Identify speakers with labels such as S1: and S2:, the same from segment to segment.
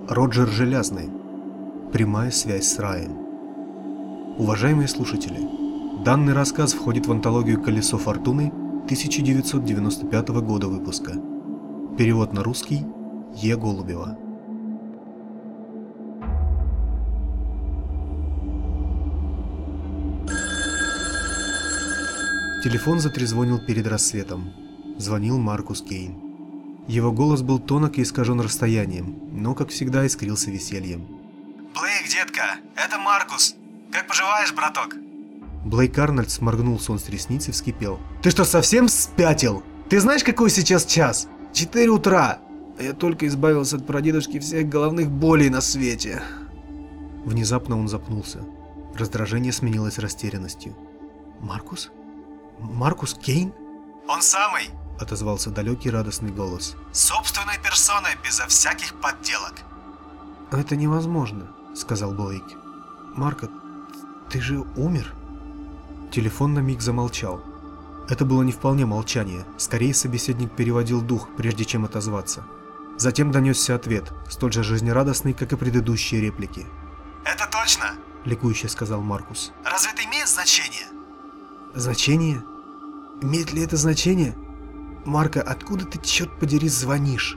S1: Роджер Железный. Прямая связь с раем. Уважаемые слушатели, данный рассказ входит в антологию «Колесо фортуны» 1995 года выпуска. Перевод на русский Е. Голубева. Телефон затрезвонил перед рассветом. Звонил Маркус Кейн. Его голос был тонок и искажен расстоянием, но, как всегда, искрился весельем.
S2: «Блейк, детка, это Маркус. Как поживаешь, браток?»
S1: Блейк Арнольд сморгнул сон с ресниц и вскипел. «Ты что, совсем спятил? Ты знаешь, какой сейчас час? 4 утра. Я только избавился от прадедушки всех головных болей на свете». Внезапно он запнулся. Раздражение сменилось растерянностью. «Маркус? Маркус Кейн?»
S2: «Он самый!»
S1: — отозвался далекий радостный голос.
S2: «Собственной персоной, безо всяких подделок!»
S1: «Это невозможно», — сказал Блейк. «Марко, ты же умер?» Телефон на миг замолчал. Это было не вполне молчание, скорее собеседник переводил дух, прежде чем отозваться. Затем донесся ответ, столь же жизнерадостный, как и предыдущие реплики.
S2: «Это точно!»
S1: — ликующе сказал Маркус.
S2: «Разве это имеет значение?»
S1: «Значение? Имеет ли это значение? Марко, откуда ты, черт подери, звонишь?»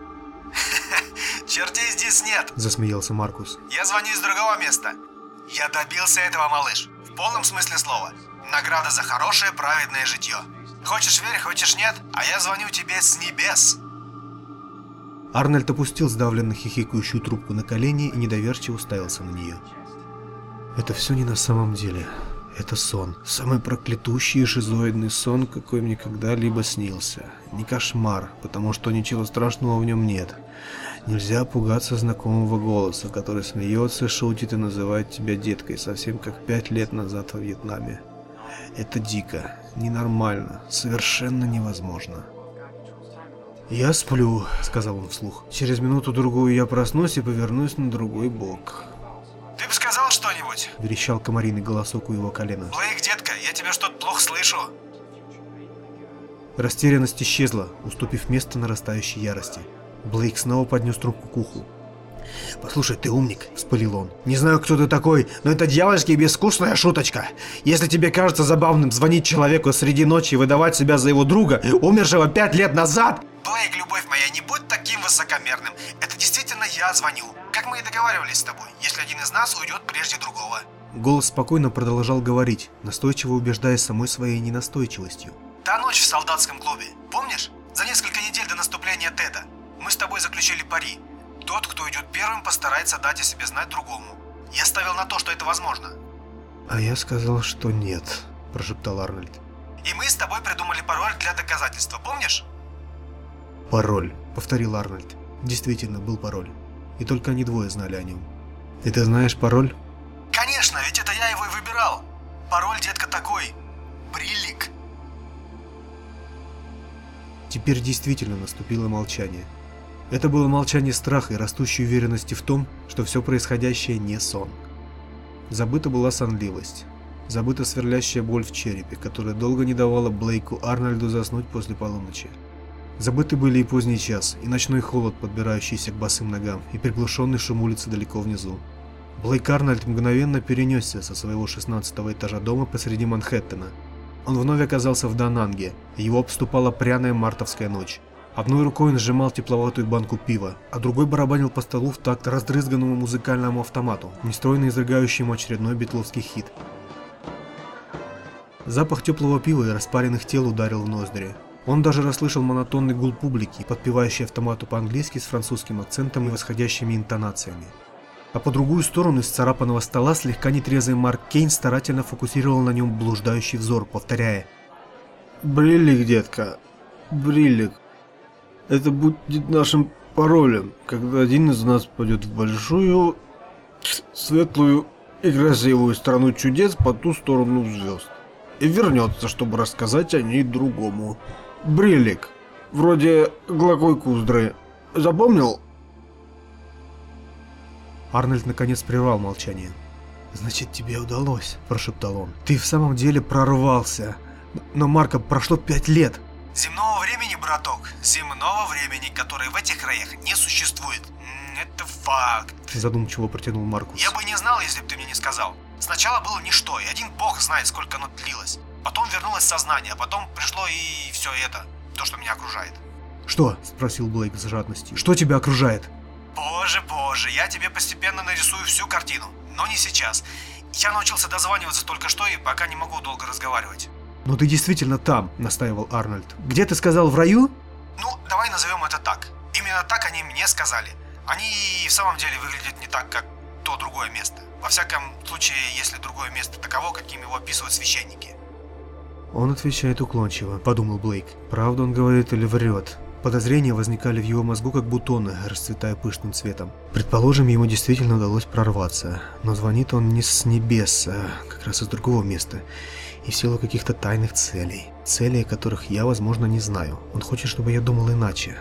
S2: «Чертей здесь нет!» —
S1: засмеялся Маркус.
S2: «Я звоню из другого места. Я добился этого, малыш. В полном смысле слова. Награда за хорошее, праведное житье. Хочешь верь, хочешь нет, а я звоню тебе с небес».
S1: Арнольд опустил сдавленно хихикающую трубку на колени и недоверчиво уставился на нее. «Это все не на самом деле. Это сон. Самый проклятущий и шизоидный сон, какой мне когда-либо снился. Не кошмар, потому что ничего страшного в нем нет. Нельзя пугаться знакомого голоса, который смеется, шутит и называет тебя деткой, совсем как 5 лет назад во Вьетнаме. Это дико, ненормально, совершенно невозможно». «Я сплю», — сказал он вслух. «Через минуту-другую я проснусь и повернусь на другой бок».
S2: «Ты бы сказал что-нибудь?»
S1: — верещал комариный голосок у его колена.
S2: «Блейк, детка, я тебя что-то плохо слышу».
S1: Растерянность исчезла, уступив место нарастающей ярости. Блейк снова поднес трубку к уху. «Послушай, ты умник», — вспылил он. «Не знаю, кто ты такой, но это дьявольски безвкусная шуточка. Если тебе кажется забавным звонить человеку среди ночи и выдавать себя за его друга, умершего 5 лет назад...»
S2: «Блейк, любовь моя, не будь таким высокомерным. Это действительно я звоню. Как мы и договаривались с тобой, если один из нас уйдет прежде другого».
S1: Голос спокойно продолжал говорить, настойчиво убеждая самой своей ненастойчивостью.
S2: «Та ночь в солдатском клубе, помнишь? За несколько недель до наступления Теда. Мы с тобой заключили пари. Тот, кто идет первым, постарается дать о себе знать другому. Я ставил на то, что это возможно».
S1: «А я сказал, что нет», – прошептал Арнольд.
S2: «И мы с тобой придумали пароль для доказательства, помнишь?»
S1: «Пароль», — повторил Арнольд. Действительно, был пароль. И только они двое знали о нем. «И ты знаешь пароль?»
S2: «Конечно, ведь это я его и выбирал. Пароль, детка, такой. Бриллик».
S1: Теперь действительно наступило молчание. Это было молчание страха и растущей уверенности в том, что все происходящее не сон. Забыта была сонливость. Забыта сверлящая боль в черепе, которая долго не давала Блейку Арнольду заснуть после полуночи. Забыты были и поздний час, и ночной холод, подбирающийся к босым ногам, и приглушенный шум улицы далеко внизу. Блейк Арнольд мгновенно перенесся со своего 16-го этажа дома посреди Манхэттена. Он вновь оказался в Дананге, его обступала пряная мартовская ночь. Одной рукой он сжимал тепловатую банку пива, а другой барабанил по столу в такт раздрызганному музыкальному автомату, нестройно изрыгающему очередной битловский хит. Запах теплого пива и распаренных тел ударил в ноздри. Он даже расслышал монотонный гул публики, подпевающий автомату по-английски с французским акцентом и восходящими интонациями. А по другую сторону исцарапанного стола слегка нетрезвый Марк Кейн старательно фокусировал на нем блуждающий взор, повторяя: «Бриллик, детка, бриллик. Это будет нашим паролем, когда один из нас пойдет в большую, светлую и красивую страну чудес по ту сторону звезд и вернется, чтобы рассказать о ней другому. Бриллик. Вроде глокой куздры. Запомнил?» Арнольд наконец прервал молчание. «Значит, тебе удалось», – прошептал он. «Ты в самом деле прорвался. Но, Марко, прошло 5 лет.
S2: Земного времени, браток, земного времени, которое в этих краях не существует. Это факт.
S1: Задумчиво протянул Маркус.
S2: Я бы не знал, если бы ты мне не сказал. Сначала было ничто, и один бог знает, сколько оно длилось. Потом вернулось сознание, а потом пришло и все это, то, что меня окружает.
S1: Что? Спросил Блейк с жадностью. Что тебя окружает?
S2: Позже, я тебе постепенно нарисую всю картину, но не сейчас. Я научился дозваниваться только что и пока не могу долго разговаривать.
S1: Но ты действительно там, настаивал Арнольд. Где ты сказал, в раю?
S2: Ну, давай назовем это так. Именно так они мне сказали. Они в самом деле выглядят не так, как то другое место. Во всяком случае, если другое место таково, каким его описывают священники.
S1: Он отвечает уклончиво, подумал Блейк. Правду он говорит или врет? Подозрения возникали в его мозгу, как бутоны, расцветая пышным цветом. Предположим, ему действительно удалось прорваться, но звонит он не с небес, а как раз из другого места. И в силу каких-то тайных целей. Целей, о которых я, возможно, не знаю. Он хочет, чтобы я думал иначе.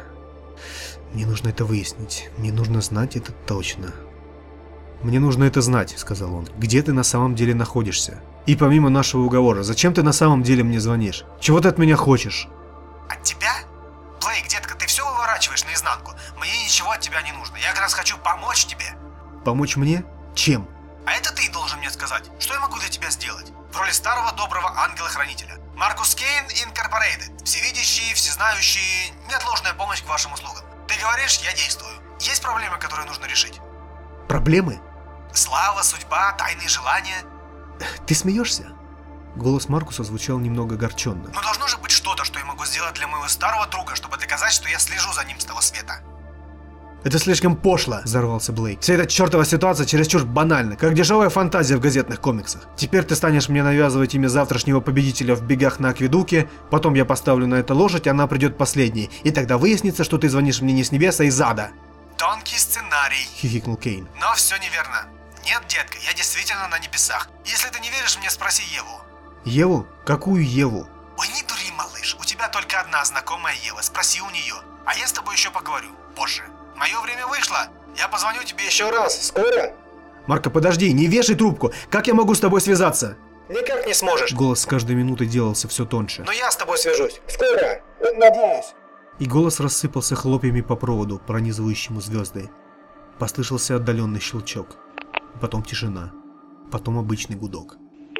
S1: Мне нужно это выяснить. Мне нужно знать это точно. «Мне нужно это знать», — сказал он. «Где ты на самом деле находишься? И помимо нашего уговора, зачем ты на самом деле мне звонишь? Чего ты от меня хочешь?»
S2: От тебя? Блейк, детка, ты все выворачиваешь наизнанку. Мне ничего от тебя не нужно. Я как раз хочу помочь тебе.
S1: «Помочь мне? Чем?»
S2: А это ты должен мне сказать. Что я могу для тебя сделать? В роли старого доброго ангела-хранителя. Маркус Кейн Инкорпорейтед. Всевидящий, всезнающий, неотложная помощь к вашим услугам. Ты говоришь, я действую. Есть проблемы, которые нужно решить?
S1: «Проблемы?
S2: Слава, судьба, тайные желания.
S1: Ты смеешься?» Голос Маркуса звучал немного огорченно.
S2: Но должно же быть что-то, что я могу сделать для моего старого друга, чтобы доказать, что я слежу за ним с того света.
S1: «Это слишком пошло!» – взорвался Блейк. «Вся эта чертова ситуация чересчур банальна, как дешевая фантазия в газетных комиксах. Теперь ты станешь мне навязывать имя завтрашнего победителя в бегах на акведуке, потом я поставлю на это лошадь, она придет последней, и тогда выяснится, что ты звонишь мне не с небес, а из ада!»
S2: Тонкий сценарий.
S1: – хихикнул Кейн.
S2: Но все неверно. Нет, детка, я действительно на небесах. Если ты не веришь мне, спроси Еву.
S1: «Еву? Какую Еву?»
S2: Ой, не дури, малыш. У тебя только одна знакомая Ева. Спроси у нее. А я с тобой еще поговорю. Позже. Мое время вышло. Я позвоню тебе еще раз. Скоро?
S1: «Марко, подожди, не вешай трубку! Как я могу с тобой связаться?»
S2: Никак не сможешь.
S1: Голос с каждой минутой делался все тоньше.
S2: Но я с тобой свяжусь. Скоро. Надеюсь.
S1: И голос рассыпался хлопьями по проводу, пронизывающему звезды. Послышался отдаленный щелчок. Потом тишина. Потом обычный гудок.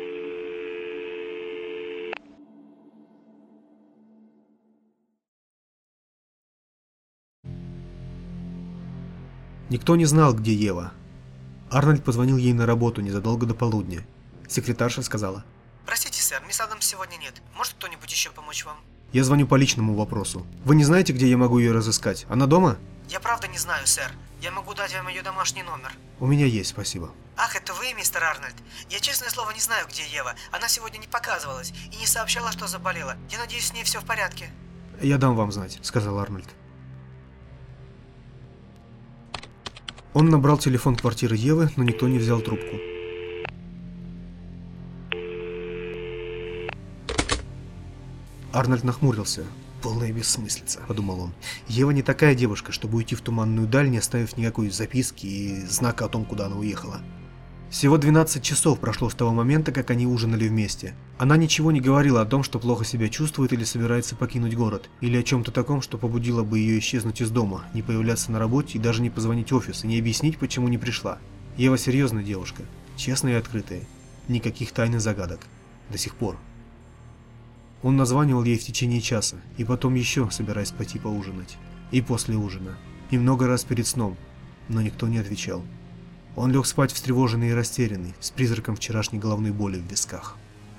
S1: Никто не знал, где Ева. Арнольд позвонил ей на работу незадолго до полудня. Секретарша сказала:
S3: «Простите, сэр, мисс Адамс сегодня нет. Может кто-нибудь еще помочь вам?»
S1: «Я звоню по личному вопросу. Вы не знаете, где я могу ее разыскать? Она дома?»
S3: «Я правда не знаю, сэр. Я могу дать вам ее домашний номер».
S1: «У меня есть, спасибо».
S3: «Ах, это вы, мистер Арнольд? Я, честное слово, не знаю, где Ева. Она сегодня не показывалась и не сообщала, что заболела. Я надеюсь, с ней все в порядке».
S1: «Я дам вам знать», — сказал Арнольд. Он набрал телефон квартиры Евы, но никто не взял трубку. Арнольд нахмурился. «Полная бессмыслица», — подумал он. «Ева не такая девушка, чтобы уйти в туманную даль, не оставив никакой записки и знака о том, куда она уехала». Всего 12 часов прошло с того момента, как они ужинали вместе. Она ничего не говорила о том, что плохо себя чувствует или собирается покинуть город, или о чем-то таком, что побудило бы ее исчезнуть из дома, не появляться на работе и даже не позвонить в офис, и не объяснить, почему не пришла. Ева серьезная девушка, честная и открытая. Никаких тайн и загадок. До сих пор. Он названивал ей в течение часа, и потом еще, собираясь пойти поужинать. И после ужина. И много раз перед сном. Но никто не отвечал. Он лег спать встревоженный и растерянный, с призраком вчерашней головной боли в висках.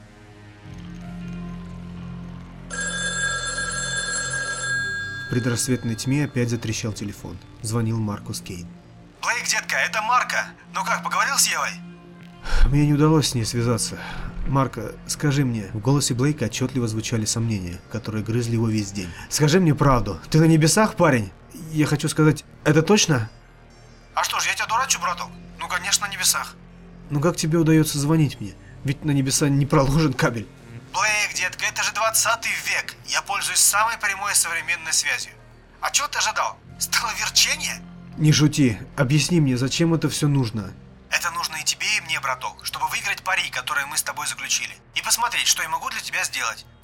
S1: В предрассветной тьме опять затрещал телефон. Звонил Маркус Кейн.
S2: Блейк, детка, это Марко. Ну как, поговорил с Евой?
S1: Мне не удалось с ней связаться. Марко, скажи мне. В голосе Блейка отчетливо звучали сомнения, которые грызли его весь день. Скажи мне правду. Ты на небесах, парень? Я хочу сказать, это точно?
S2: А что ж, я тебя дурачу, браток? Ну, конечно, на небесах.
S1: Ну как тебе удается звонить мне? Ведь на небеса не проложен кабель.
S2: Блейк, детка, это же 20 век. Я пользуюсь самой прямой современной связью. А чего ты ожидал? Стало верчение?
S1: Не шути. Объясни мне, зачем это все нужно?
S2: Это нужно и тебе, и мне, браток, чтобы выиграть пари, которые мы с тобой заключили. И посмотреть, что я могу для тебя сделать.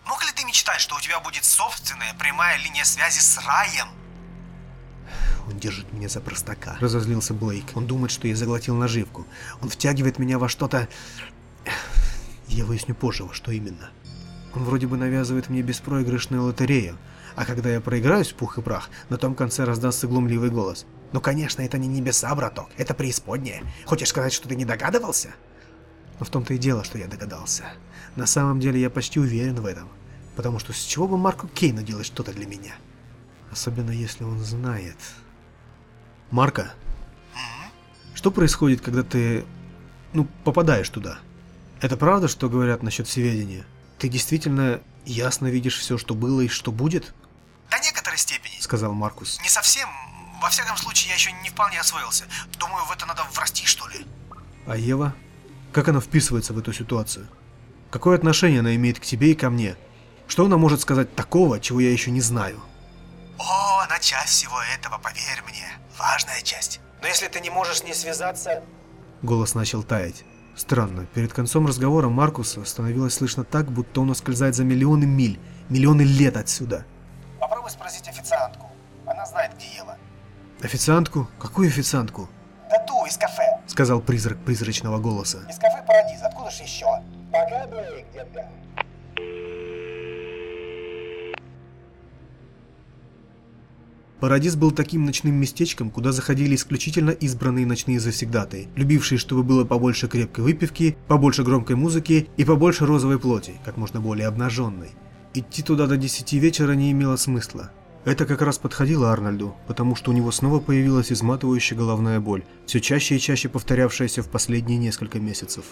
S2: Мог ли ты мечтать, что у тебя будет собственная прямая линия связи с раем?
S1: Он держит меня за простака. Разозлился Блейк. Он думает, что я заглотил наживку. Он втягивает меня во что-то... Я выясню позже, во что именно. Он вроде бы навязывает мне беспроигрышную лотерею. А когда я проиграюсь в пух и прах, на том конце раздастся глумливый голос. Ну конечно, это не небеса, браток. Это преисподняя. Хочешь сказать, что ты не догадывался? Но в том-то и дело, что я догадался. На самом деле я почти уверен в этом. Потому что с чего бы Марку Кейну делать что-то для меня? Особенно если он знает... Марко, что происходит, когда ты, попадаешь туда? Это правда, что говорят насчет всеведения? Ты действительно ясно видишь все, что было и что будет?
S2: До некоторой степени,
S1: сказал Маркус.
S2: Не совсем. Во всяком случае, я еще не вполне освоился. Думаю, в это надо врасти, что ли.
S1: А Ева? Как она вписывается в эту ситуацию? Какое отношение она имеет к тебе и ко мне? Что она может сказать такого, чего я еще не знаю?
S2: О, она часть всего этого, поверь мне. Важная часть. Но если ты не можешь с ней связаться...
S1: Голос начал таять. Странно, перед концом разговора Маркуса становилось слышно так, будто он ускользает за миллионы миль, миллионы лет отсюда.
S2: Попробуй спросить официантку. Она знает, где Ева.
S1: Официантку? Какую официантку?
S2: Да ту, из кафе.
S1: Сказал призрак призрачного голоса.
S2: Из кафе Парадиз, откуда же еще? Пока, Блейк, детка.
S1: Парадиз был таким ночным местечком, куда заходили исключительно избранные ночные завсегдатаи, любившие, чтобы было побольше крепкой выпивки, побольше громкой музыки и побольше розовой плоти, как можно более обнаженной. Идти туда до 10 вечера не имело смысла. Это как раз подходило Арнольду, потому что у него снова появилась изматывающая головная боль, все чаще и чаще повторявшаяся в последние несколько месяцев.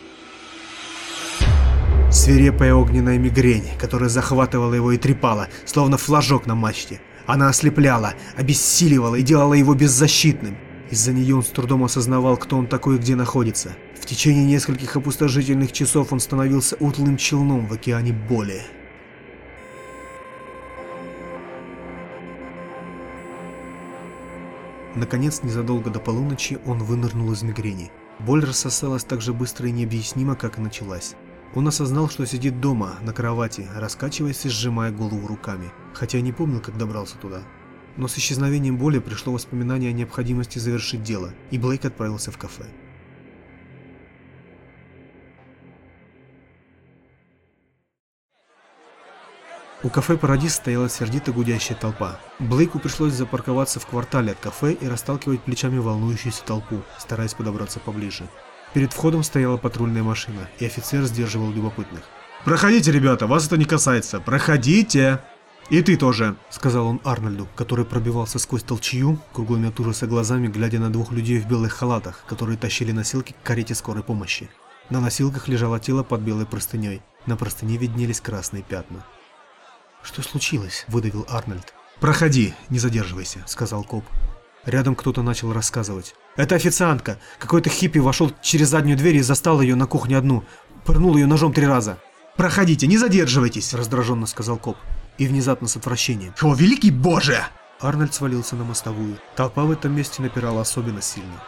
S1: Свирепая огненная мигрень, которая захватывала его и трепала, словно флажок на мачте. Она ослепляла, обессиливала и делала его беззащитным. Из-за нее он с трудом осознавал, кто он такой и где находится. В течение нескольких опустошительных часов он становился утлым челном в океане боли. Наконец, незадолго до полуночи он вынырнул из мигрени. Боль рассосалась так же быстро и необъяснимо, как и началась. Он осознал, что сидит дома, на кровати, раскачиваясь и сжимая голову руками, хотя не помнил, как добрался туда. Но с исчезновением боли пришло воспоминание о необходимости завершить дело, и Блейк отправился в кафе. У кафе «Парадиз» стояла сердито гудящая толпа. Блейку пришлось запарковаться в квартале от кафе и расталкивать плечами волнующуюся толпу, стараясь подобраться поближе. Перед входом стояла патрульная машина, и офицер сдерживал любопытных. «Проходите, ребята, вас это не касается. Проходите!» «И ты тоже», — сказал он Арнольду, который пробивался сквозь толчью, круглыми от ужаса глазами, глядя на двух людей в белых халатах, которые тащили носилки к карете скорой помощи. На носилках лежало тело под белой простыней. На простыне виднелись красные пятна. «Что случилось?» — выдавил Арнольд. «Проходи, не задерживайся», — сказал коп. Рядом кто-то начал рассказывать. «Это официантка. Какой-то хиппи вошел через заднюю дверь и застал ее на кухне одну. Пырнул ее ножом 3 раза. «Проходите, не задерживайтесь!» — раздраженно сказал коп. И внезапно с отвращением. «О, великий боже!» Арнольд свалился на мостовую. Толпа в этом месте напирала особенно сильно.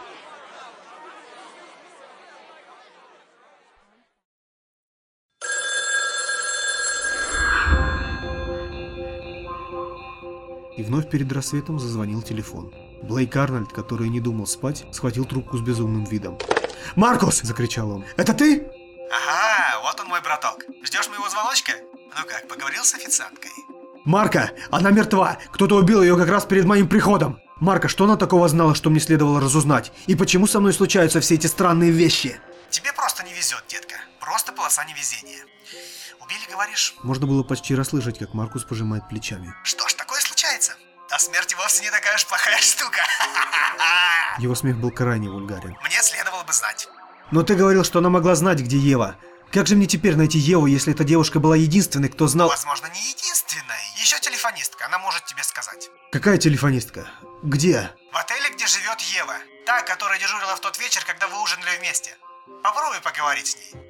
S1: И вновь перед рассветом зазвонил телефон. Блейк Арнольд, который не думал спать, схватил трубку с безумным видом. «Маркус!» – закричал он. «Это ты?»
S2: «Ага, вот он мой браток. Ждешь моего звоночка? Ну как, поговорил с официанткой?»
S1: «Марка! Она мертва! Кто-то убил ее как раз перед моим приходом! Марка, что она такого знала, что мне следовало разузнать? И почему со мной случаются все эти странные вещи?»
S2: «Тебе просто не везет, детка. Просто полоса невезения. Убили, говоришь?»
S1: Можно было почти расслышать, как Маркус пожимает плечами.
S2: «Что ж, такое случается. А смерть вовсе не такая уж плохая штука.
S1: Его смех был крайне вульгарен.
S2: Мне следовало бы знать».
S1: «Но ты говорил, что она могла знать, где Ева. Как же мне теперь найти Еву, если эта девушка была единственной, кто знал...»
S2: «Возможно, не единственной. Еще телефонистка, она может тебе сказать».
S1: «Какая телефонистка? Где?»
S2: «В отеле, где живет Ева. Та, которая дежурила в тот вечер, когда вы ужинали вместе. Попробуй поговорить с ней».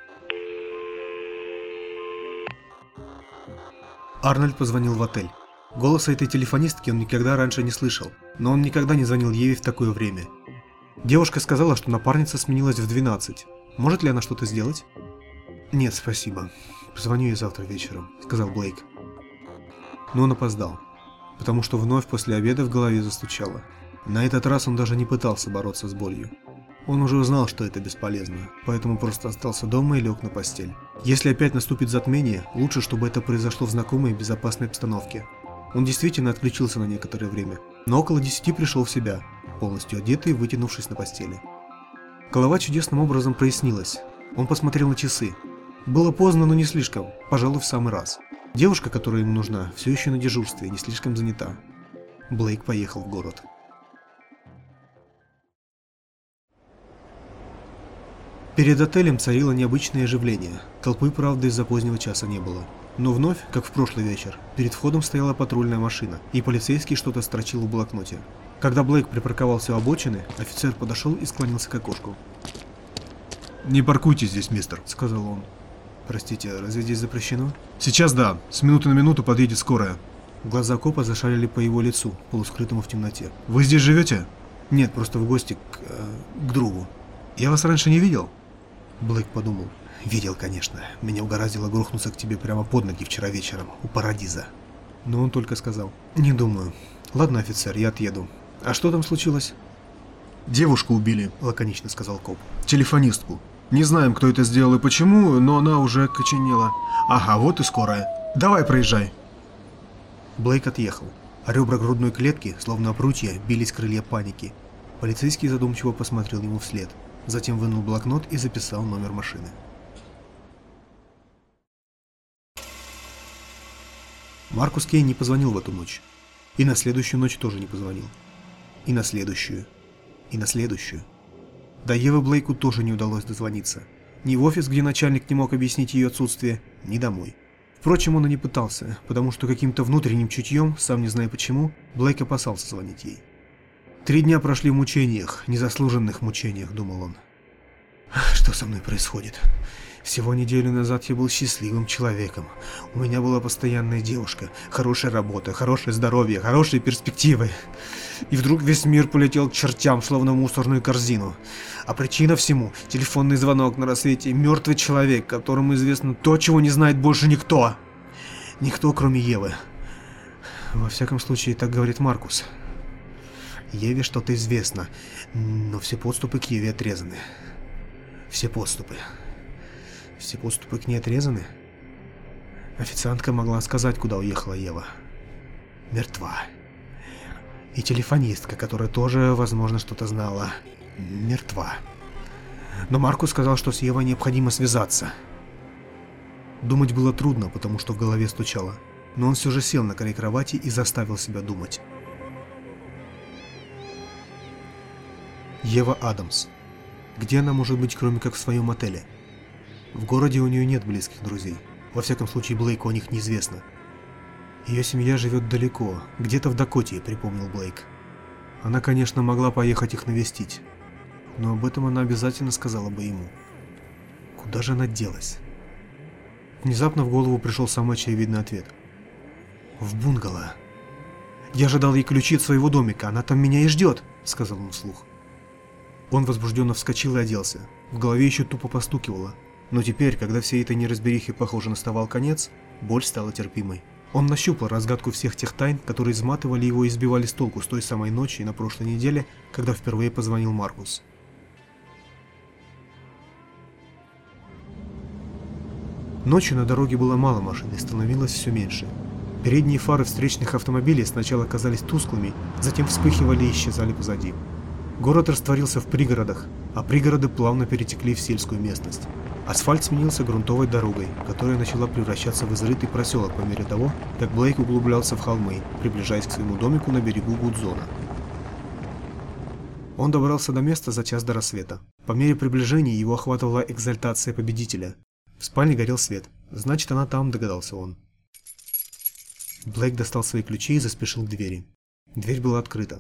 S1: Арнольд позвонил в отель. Голоса этой телефонистки он никогда раньше не слышал, но он никогда не звонил Еве в такое время. Девушка сказала, что напарница сменилась в 12. Может ли она что-то сделать? «Нет, спасибо. «Позвоню ей завтра вечером», — сказал Блейк. Но он опоздал, потому что вновь после обеда в голове застучало. На этот раз он даже не пытался бороться с болью. Он уже узнал, что это бесполезно, поэтому просто остался дома и лег на постель. Если опять наступит затмение, лучше, чтобы это произошло в знакомой и безопасной обстановке. Он действительно отключился на некоторое время, но около 10 пришел в себя, полностью одетый и вытянувшись на постели. Голова чудесным образом прояснилась. Он посмотрел на часы. Было поздно, но не слишком, пожалуй, в самый раз. Девушка, которая ему нужна, все еще на дежурстве и не слишком занята. Блейк поехал в город. Перед отелем царило необычное оживление. Толпы, правда, из-за позднего часа не было. Но вновь, как в прошлый вечер, перед входом стояла патрульная машина, и полицейский что-то строчил в блокноте. Когда Блейк припарковался у обочины, офицер подошел и склонился к окошку.
S4: «Не паркуйтесь здесь, мистер», —
S1: сказал он. «Простите, разве здесь запрещено?»
S4: «Сейчас да. С минуты на минуту подъедет скорая».
S1: Глаза копа зашарили по его лицу, полускрытому в темноте.
S4: «Вы здесь живете?»
S1: «Нет, просто в гости к другу».
S4: «Я вас раньше не видел?»
S1: Блейк подумал. «Видел, конечно. Меня угораздило грохнуться к тебе прямо под ноги вчера вечером, у Парадиза». Но он только сказал. «Не думаю. Ладно, офицер, я отъеду. А что там случилось?»
S4: «Девушку убили», —
S1: лаконично сказал коп.
S4: «Телефонистку. Не знаем, кто это сделал и почему, но она уже окоченела. Ага, вот и скорая. Давай, проезжай».
S1: Блейк отъехал. А ребра грудной клетки, словно прутья, бились крылья паники. Полицейский задумчиво посмотрел ему вслед. Затем вынул блокнот и записал номер машины. Маркус Кейн не позвонил в эту ночь. И на следующую ночь тоже не позвонил. И на следующую. И на следующую. До Евы Блейку тоже не удалось дозвониться. Ни в офис, где начальник не мог объяснить ее отсутствие, ни домой. Впрочем, он и не пытался, потому что каким-то внутренним чутьем, сам не зная почему, Блейк опасался звонить ей. 3 дня прошли в мучениях, незаслуженных мучениях, думал он. Что со мной происходит? Всего неделю назад я был счастливым человеком. У меня была постоянная девушка, хорошая работа, хорошее здоровье, хорошие перспективы. И вдруг весь мир полетел к чертям, словно в мусорную корзину. А причина всему – телефонный звонок на рассвете, мертвый человек, которому известно то, чего не знает больше никто. Никто, кроме Евы. Во всяком случае, так говорит Маркус. Еве что-то известно, но все подступы к Еве отрезаны. Все подступы. Все подступы к ней отрезаны? Официантка могла сказать, куда уехала Ева. Мертва. И телефонистка, которая тоже, возможно, что-то знала. Мертва. Но Маркус сказал, что с Евой необходимо связаться. Думать было трудно, потому что в голове стучало. Но он все же сел на край кровати и заставил себя думать. Ева Адамс. Где она может быть, кроме как в своем отеле? В городе у нее нет близких друзей. Во всяком случае, Блейку о них неизвестно. Ее семья живет далеко, где-то в Дакоте, припомнил Блейк. Она, конечно, могла поехать их навестить, но об этом она обязательно сказала бы ему. Куда же она делась? Внезапно в голову пришел самый очевидный ответ. В бунгало. Я же дал ей ключи от своего домика, она там меня и ждет, сказал он вслух. Он возбужденно вскочил и оделся. В голове еще тупо постукивало. Но теперь, когда всей этой неразберихе, похоже, наставал конец, боль стала терпимой. Он нащупал разгадку всех тех тайн, которые изматывали его и сбивали с толку с той самой ночи на прошлой неделе, когда впервые позвонил Маркус. Ночью на дороге было мало машин и становилось все меньше. Передние фары встречных автомобилей сначала казались тусклыми, затем вспыхивали и исчезали позади. Город растворился в пригородах, а пригороды плавно перетекли в сельскую местность. Асфальт сменился грунтовой дорогой, которая начала превращаться в изрытый проселок по мере того, как Блейк углублялся в холмы, приближаясь к своему домику на берегу Гудзона. Он добрался до места за час до рассвета. По мере приближения его охватывала экзальтация победителя. В спальне горел свет. Значит, она там, догадался он. Блейк достал свои ключи и заспешил к двери. Дверь была открыта.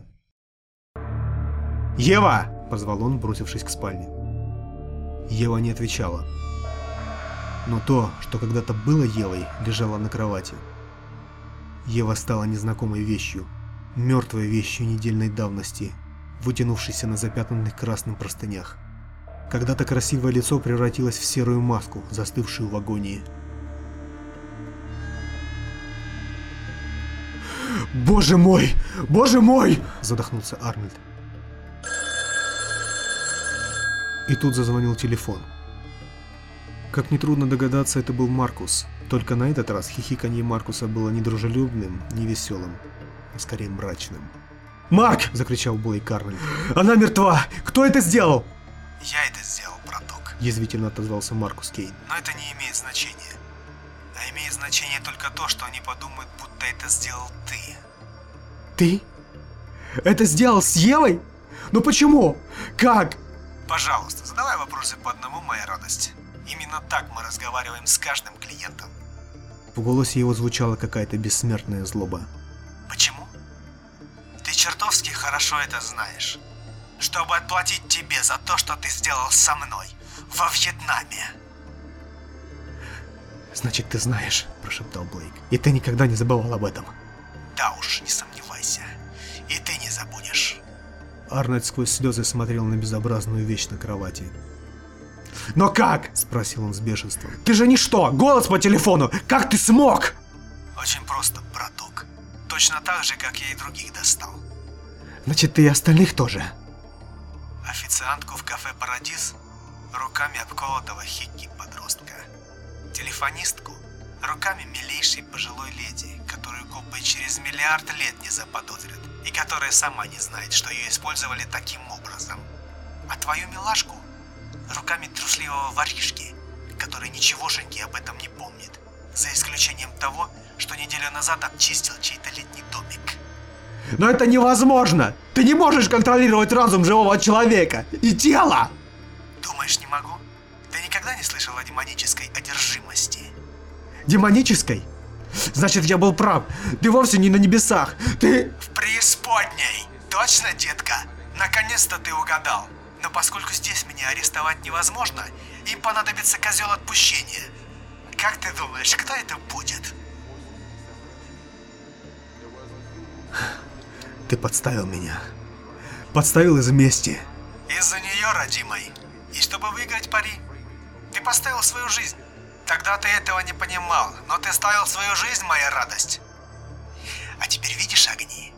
S1: «Ева!» – позвал он, бросившись к спальне. Ева не отвечала. Но то, что когда-то было Евой, лежало на кровати. Ева стала незнакомой вещью, мертвой вещью недельной давности, вытянувшейся на запятнанных красным простынях. Когда-то красивое лицо превратилось в серую маску, застывшую в агонии. Боже мой! Боже мой! Задохнулся Арнольд. И тут зазвонил телефон. Как нетрудно догадаться, это был Маркус. Только на этот раз хихиканье Маркуса было не дружелюбным, не веселым, а скорее мрачным. «Марк!» – закричал Блейк Арнольд. «Она мертва! Кто это сделал?»
S2: «Я это сделал, браток»,
S1: – язвительно отозвался Маркус Кейн.
S2: «Но это не имеет значения. А имеет значение только то, что они подумают, будто это сделал ты».
S1: «Ты? Это сделал с Евой? Но почему? Как?»
S2: «Пожалуйста, задавай вопросы по одному, моя радость. Именно так мы разговариваем с каждым клиентом».
S1: В голосе его звучала какая-то бессмертная злоба.
S2: «Почему? Ты чертовски хорошо это знаешь. Чтобы отплатить тебе за то, что ты сделал со мной во Вьетнаме».
S1: «Значит, ты знаешь», – прошептал Блейк. «И ты никогда не забывал об этом?»
S2: «Да уж, не сомневайся. И ты не забудешь».
S1: Арнольд сквозь слезы смотрел на безобразную вещь на кровати. «Но как?» – спросил он с бешенством. «Ты же ничто! Голос по телефону! Как ты смог?»
S2: «Очень просто, браток. Точно так же, как я и других достал».
S1: «Значит, ты и остальных тоже?»
S2: Официантку в кафе «Парадис» руками обколотого хикки-подростка. Телефонистку руками милейшей пожилой леди, которую копы через миллиард лет не заподозрят, и которая сама не знает, что ее использовали таким образом. А твою милашку руками трусливого воришки, который ничегошеньки об этом не помнит, за исключением того, что неделю назад обчистил чей-то летний домик.
S1: «Но это невозможно! Ты не можешь контролировать разум живого человека и тело!»
S2: «Думаешь, не могу? Ты никогда не слышал о демонической одержимости?»
S1: «Демонической? Значит, я был прав! Ты вовсе не на небесах! Ты...»
S2: «В преисподней! Точно, детка? Наконец-то ты угадал! Но поскольку здесь меня арестовать невозможно, им понадобится козел отпущения. Как ты думаешь, кто это будет?»
S1: «Ты подставил меня. Подставил из мести».
S2: «Из-за нее, родимой. И чтобы выиграть пари, ты поставил свою жизнь. Тогда ты этого не понимал, но ты ставил свою жизнь, моя радость. А теперь видишь огни?»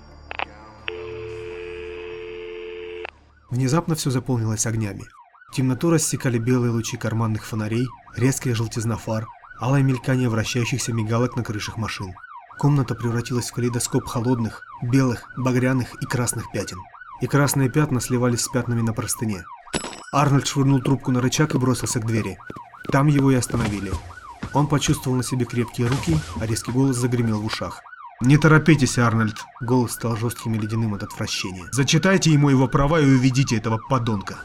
S1: Внезапно все заполнилось огнями. Темноту рассекали белые лучи карманных фонарей, резкая желтизна фар, алое мелькание вращающихся мигалок на крышах машин. Комната превратилась в калейдоскоп холодных, белых, багряных и красных пятен. И красные пятна сливались с пятнами на простыне. Арнольд швырнул трубку на рычаг и бросился к двери. Там его и остановили. Он почувствовал на себе крепкие руки, а резкий голос загремел в ушах.
S4: «Не торопитесь, Арнольд!»
S1: Голос стал жестким и ледяным от отвращения.
S4: «Зачитайте ему его права и уведите этого подонка!»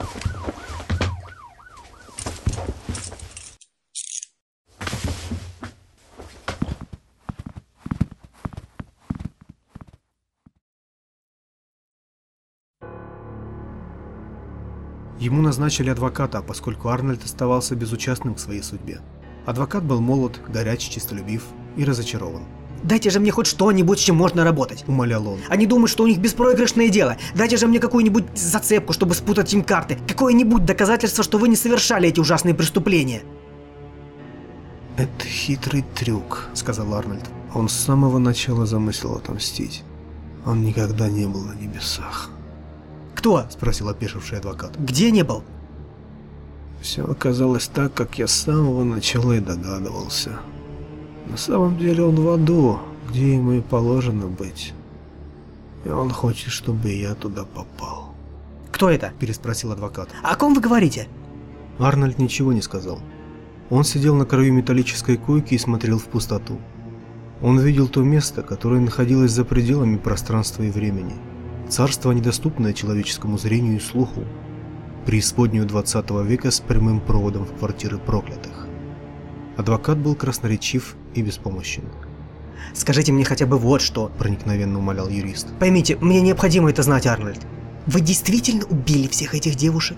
S1: Ему назначили адвоката, поскольку Арнольд оставался безучастным к своей судьбе. Адвокат был молод, горяч, честолюбив и разочарован.
S3: Дайте же мне хоть что-нибудь, с чем можно работать.
S1: Умолял он.
S3: Они думают, что у них беспроигрышное дело. Дайте же мне какую-нибудь зацепку, чтобы спутать им карты. Какое-нибудь доказательство, что вы не совершали эти ужасные преступления.
S1: «Это хитрый трюк», — сказал Арнольд. Он с самого начала замыслил отомстить. Он никогда не был на небесах.
S3: «Кто?»
S1: — спросил опешивший адвокат.
S3: «Где не был?»
S1: Все оказалось так, как я с самого начала и догадывался. На самом деле он в аду, где ему и положено быть. И он хочет, чтобы я туда попал.
S3: «Кто это?»
S1: — переспросил адвокат.
S3: «О ком вы говорите?»
S1: Арнольд ничего не сказал. Он сидел на краю металлической койки и смотрел в пустоту. Он видел то место, которое находилось за пределами пространства и времени. Царство, недоступное человеческому зрению и слуху. Преисподнюю 20 века с прямым проводом в квартиры проклятых. Адвокат был красноречив и беспомощен.
S3: «Скажите мне хотя бы вот что», —
S1: проникновенно умолял юрист.
S3: «Поймите, мне необходимо это знать, Арнольд. Вы действительно убили всех этих девушек?»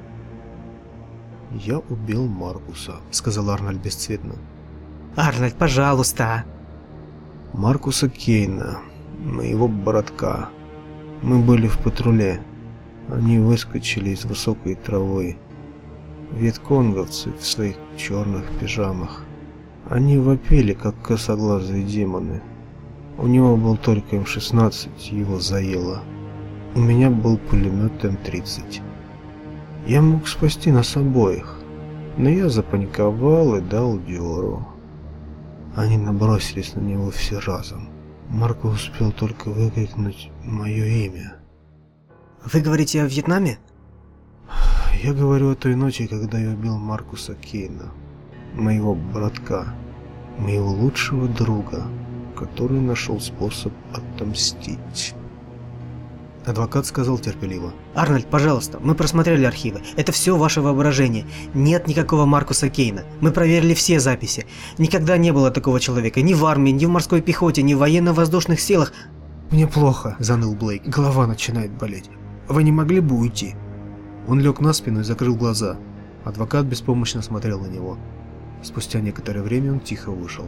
S1: «Я убил Маркуса», — сказал Арнольд бесцветно.
S3: «Арнольд, пожалуйста».
S1: «Маркуса Кейна, моего братка. Мы были в патруле. Они выскочили из высокой травы. Вьетконговцы в своих черных пижамах. Они вопили, как косоглазые демоны. У него был только М-16, его заело. У меня был пулемет М-30. Я мог спасти нас обоих, но я запаниковал и дал дёру. Они набросились на него все разом. Марко успел только выкрикнуть мое имя.
S3: Вы говорите о Вьетнаме?
S1: Я говорю о той ночи, когда я убил Маркуса Кейна, моего братка, моего лучшего друга, который нашел способ отомстить. Адвокат сказал терпеливо.
S3: Арнольд, пожалуйста, мы просмотрели архивы. Это все ваше воображение. Нет никакого Маркуса Кейна. Мы проверили все записи. Никогда не было такого человека. Ни в армии, ни в морской пехоте, ни в военно-воздушных силах.
S1: «Мне плохо», — заныл Блейк. «Голова начинает болеть. Вы не могли бы уйти?» Он лег на спину и закрыл глаза. Адвокат беспомощно смотрел на него. Спустя некоторое время он тихо вышел.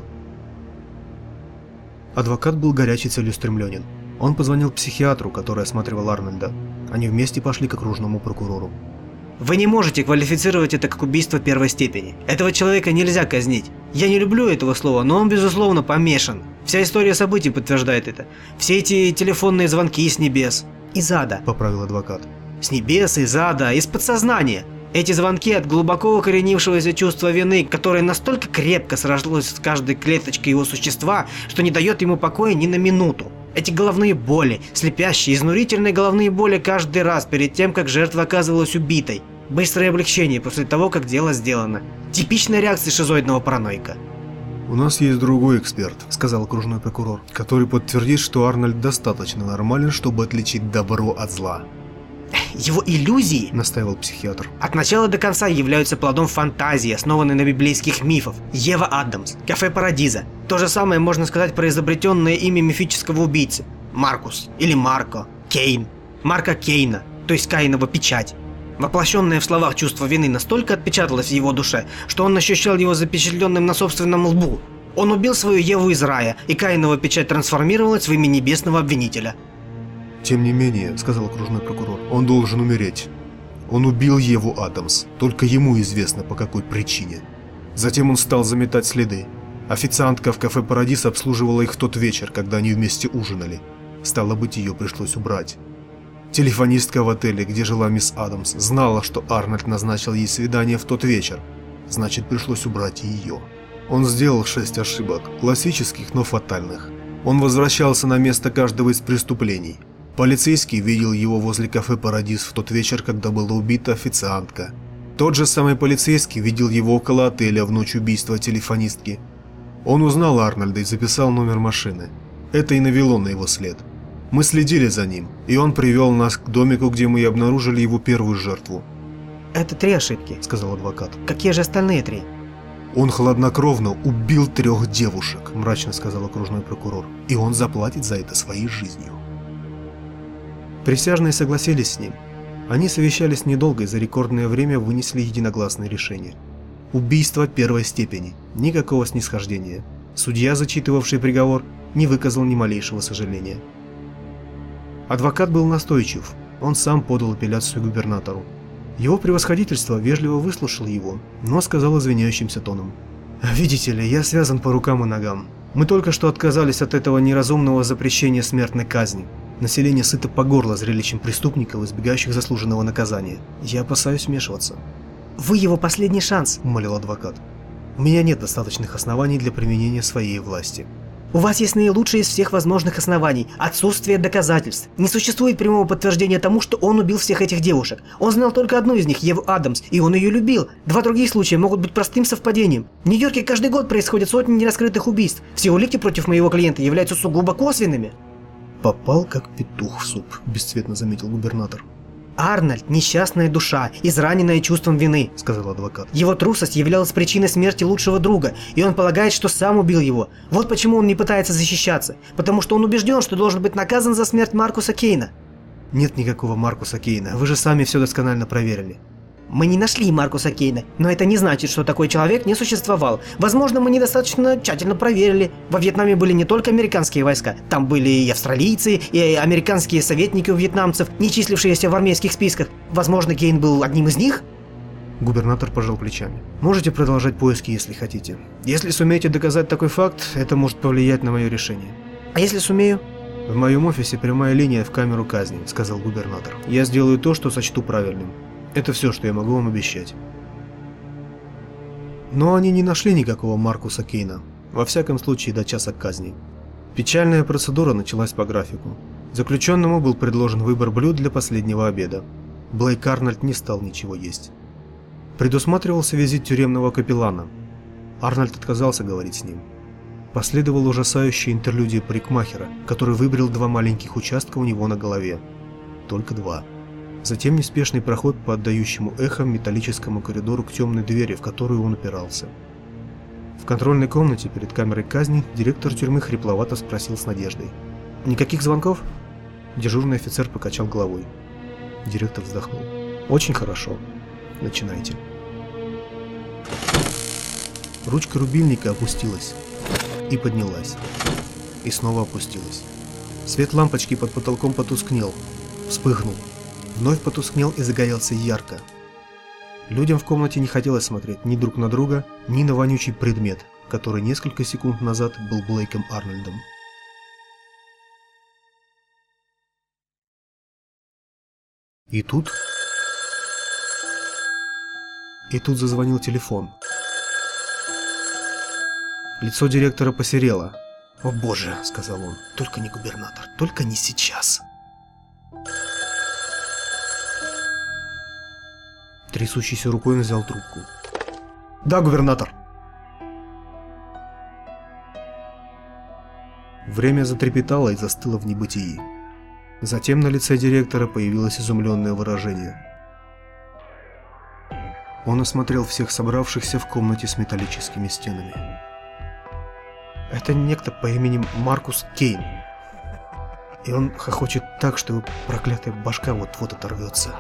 S1: Адвокат был горячий и целеустремленен. Он позвонил психиатру, который осматривал Арнольда. Они вместе пошли к окружному прокурору.
S3: Вы не можете квалифицировать это как убийство первой степени. Этого человека нельзя казнить. Я не люблю этого слова, но он безусловно помешан. Вся история событий подтверждает это. Все эти телефонные звонки с небес. Из ада,
S1: поправил адвокат.
S3: С небес, из ада, из подсознания. Эти звонки от глубоко укоренившегося чувства вины, которое настолько крепко срослось с каждой клеточкой его существа, что не дает ему покоя ни на минуту. Эти головные боли, слепящие, изнурительные головные боли каждый раз перед тем, как жертва оказывалась убитой. Быстрое облегчение после того, как дело сделано. Типичная реакция шизоидного параноика.
S1: «У нас есть другой эксперт», — сказал окружной прокурор, который подтвердит, что Арнольд достаточно нормален, чтобы отличить добро от зла.
S3: Его иллюзии,
S1: настаивал психиатр,
S3: от начала до конца являются плодом фантазии, основанной на библейских мифах. Ева Адамс, Кафе Парадиза. То же самое можно сказать про изобретенное имя мифического убийцы. Маркус или Марко, Кейн. Марка Кейна, то есть Каинова печать. Воплощенное в словах чувство вины настолько отпечаталось в его душе, что он ощущал его запечатленным на собственном лбу. Он убил свою Еву из рая, и Каинова печать трансформировалась в имя небесного обвинителя.
S1: «Тем не менее, — сказал окружной прокурор, — он должен умереть. Он убил Еву Адамс, только ему известно по какой причине. Затем он стал заметать следы. Официантка в кафе «Парадис» обслуживала их в тот вечер, когда они вместе ужинали. Стало быть, ее пришлось убрать. Телефонистка в отеле, где жила мисс Адамс, знала, что Арнольд назначил ей свидание в тот вечер. Значит, пришлось убрать и ее. Он сделал 6 ошибок, классических, но фатальных. Он возвращался на место каждого из преступлений. Полицейский видел его возле кафе «Парадис» в тот вечер, когда была убита официантка. Тот же самый полицейский видел его около отеля в ночь убийства телефонистки. Он узнал Арнольда и записал номер машины. Это и навело на его след. Мы следили за ним, и он привел нас к домику, где мы и обнаружили его первую жертву.
S3: «Это 3 ошибки», — сказал адвокат. «Какие же остальные 3?»
S1: «Он хладнокровно убил 3 девушек», — мрачно сказал окружной прокурор. «И он заплатит за это своей жизнью». Присяжные согласились с ним. Они совещались недолго и за рекордное время вынесли единогласное решение. Убийство первой степени. Никакого снисхождения. Судья, зачитывавший приговор, не выказал ни малейшего сожаления. Адвокат был настойчив. Он сам подал апелляцию губернатору. Его превосходительство вежливо выслушал его, но сказал извиняющимся тоном: «Видите ли, я связан по рукам и ногам. Мы только что отказались от этого неразумного запрещения смертной казни. Население сыто по горло зрелищем преступников, избегающих заслуженного наказания. Я опасаюсь вмешиваться».
S3: «Вы его последний шанс», —
S1: умолил адвокат. «У меня нет достаточных оснований для применения своей власти».
S3: «У вас есть наилучшее из всех возможных оснований – отсутствие доказательств. Не существует прямого подтверждения тому, что он убил всех этих девушек. Он знал только одну из них, Еву Адамс, и он ее любил. 2 других случая могут быть простым совпадением. В Нью-Йорке каждый год происходят сотни нераскрытых убийств. Все улики против моего клиента являются сугубо косвенными».
S1: «Попал как петух в суп», – бесцветно заметил губернатор.
S3: «Арнольд – несчастная душа, израненная чувством вины», – сказал адвокат. «Его трусость являлась причиной смерти лучшего друга, и он полагает, что сам убил его. Вот почему он не пытается защищаться, потому что он убежден, что должен быть наказан за смерть Маркуса Кейна».
S1: «Нет никакого Маркуса Кейна, вы же сами все досконально проверили».
S3: «Мы не нашли Маркуса Кейна, но это не значит, что такой человек не существовал. Возможно, мы недостаточно тщательно проверили. Во Вьетнаме были не только американские войска, там были и австралийцы, и американские советники у вьетнамцев, не числившиеся в армейских списках. Возможно, Кейн был одним из них?»
S1: Губернатор пожал плечами. «Можете продолжать поиски, если хотите. Если сумеете доказать такой факт, это может повлиять на мое решение.
S3: А если сумею?
S1: В моем офисе прямая линия в камеру казни, сказал губернатор. Я сделаю то, что сочту правильным. Это все, что я могу вам обещать. Но они не нашли никакого Маркуса Кейна. Во всяком случае, до часа казни. Печальная процедура началась по графику. Заключенному был предложен выбор блюд для последнего обеда. Блейк Арнольд не стал ничего есть. Предусматривался визит тюремного капеллана. Арнольд отказался говорить с ним. Последовала ужасающая интерлюдия парикмахера, который выбрил 2 маленьких участка у него на голове. Только 2. Затем неспешный проход по отдающему эхом металлическому коридору к темной двери, в которую он упирался. В контрольной комнате перед камерой казни директор тюрьмы хрипловато спросил с надеждой: «Никаких звонков?» Дежурный офицер покачал головой. Директор вздохнул. «Очень хорошо. Начинайте». Ручка рубильника опустилась и поднялась, и снова опустилась. Свет лампочки под потолком потускнел, вспыхнул, вновь потускнел и загорелся ярко. Людям в комнате не хотелось смотреть ни друг на друга, ни на вонючий предмет, который несколько секунд назад был Блейком Арнольдом. И тут зазвонил телефон. Лицо директора посерело. «О боже», — сказал он, — «только не губернатор, только не сейчас». Трясущейся рукой он взял трубку. «Да, губернатор». Время затрепетало и застыло в небытии. Затем на лице директора появилось изумленное выражение. Он осмотрел всех собравшихся в комнате с металлическими стенами. Это некто по имени Маркус Кейн. И он хохочет так, что его проклятая башка вот-вот оторвется.